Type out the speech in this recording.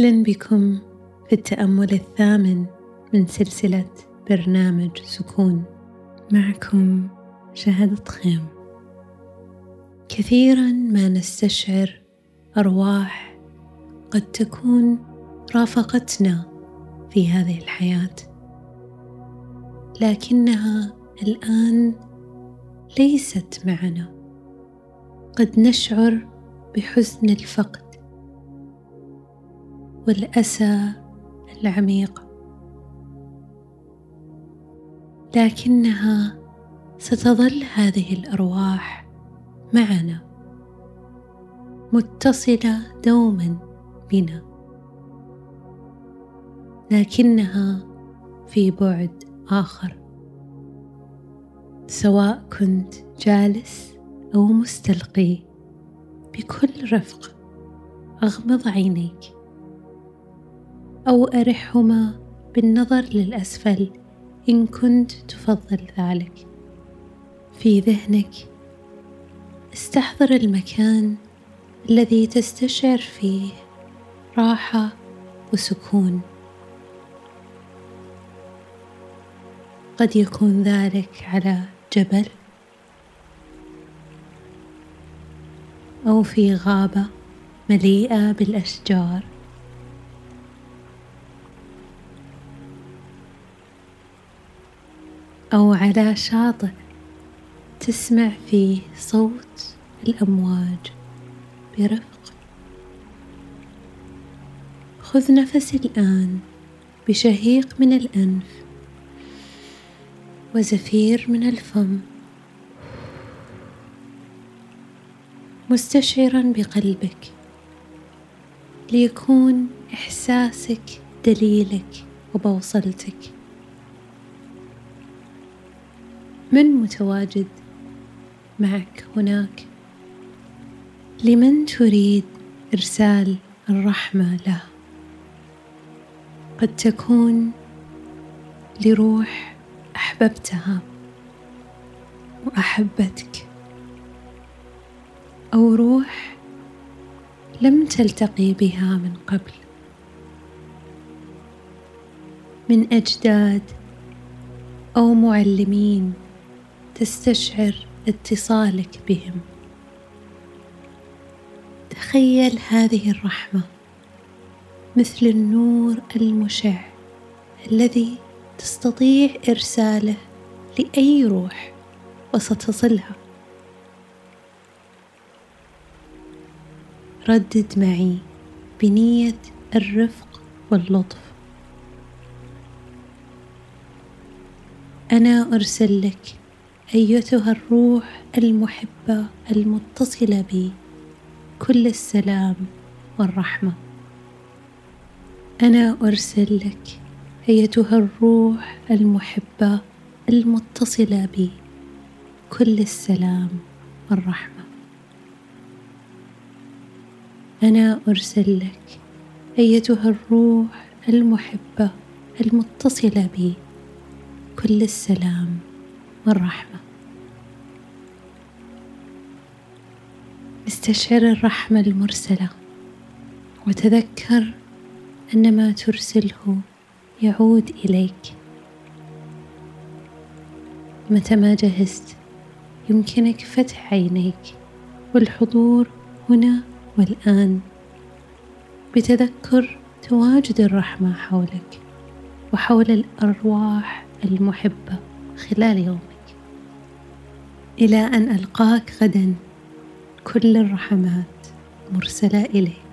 أهلا بكم في التأمل الثامن من سلسلة برنامج سكون. معكم شهد خيم. كثيرا ما نستشعر أرواح قد تكون رافقتنا في هذه الحياة، لكنها الآن ليست معنا. قد نشعر بحزن الفقد والأسى العميق، لكنها ستظل هذه الأرواح معنا، متصلة دوما بنا، لكنها في بعد آخر. سواء كنت جالس أو مستلقي، بكل رفق أغمض عينيك أو أرحهما بالنظر للأسفل إن كنت تفضل ذلك. في ذهنك استحضر المكان الذي تستشعر فيه راحة وسكون. قد يكون ذلك على جبل أو في غابة مليئة بالأشجار، أو على شاطئ تسمع فيه صوت الأمواج برفق. خذ نفس الآن بشهيق من الأنف وزفير من الفم، مستشعرا بقلبك ليكون إحساسك دليلك وبوصلتك. من متواجد معك هناك؟ لمن تريد إرسال الرحمة له؟ قد تكون لروح أحببتها وأحبتك، أو روح لم تلتقي بها من قبل، من أجداد أو معلمين تستشعر اتصالك بهم. تخيل هذه الرحمة مثل النور المشع الذي تستطيع إرساله لأي روح وستصلها. ردد معي بنية الرفق واللطف: أنا أرسل لك أيتها الروح المحبة المتصلة بي كل السلام والرحمة. أنا أرسل لك أيتها الروح المحبة المتصلة بي كل السلام والرحمة. أنا أرسل لك أيتها الروح المحبة المتصلة بي كل السلام والرحمة. استشعر الرحمة المرسلة وتذكر أن ما ترسله يعود إليك. متى ما جهزت يمكنك فتح عينيك والحضور هنا والآن، بتذكر تواجد الرحمة حولك وحول الأرواح المحبة خلال يومك. إلى أن ألقاك غدا، كل الرحمات مرسلة إليك.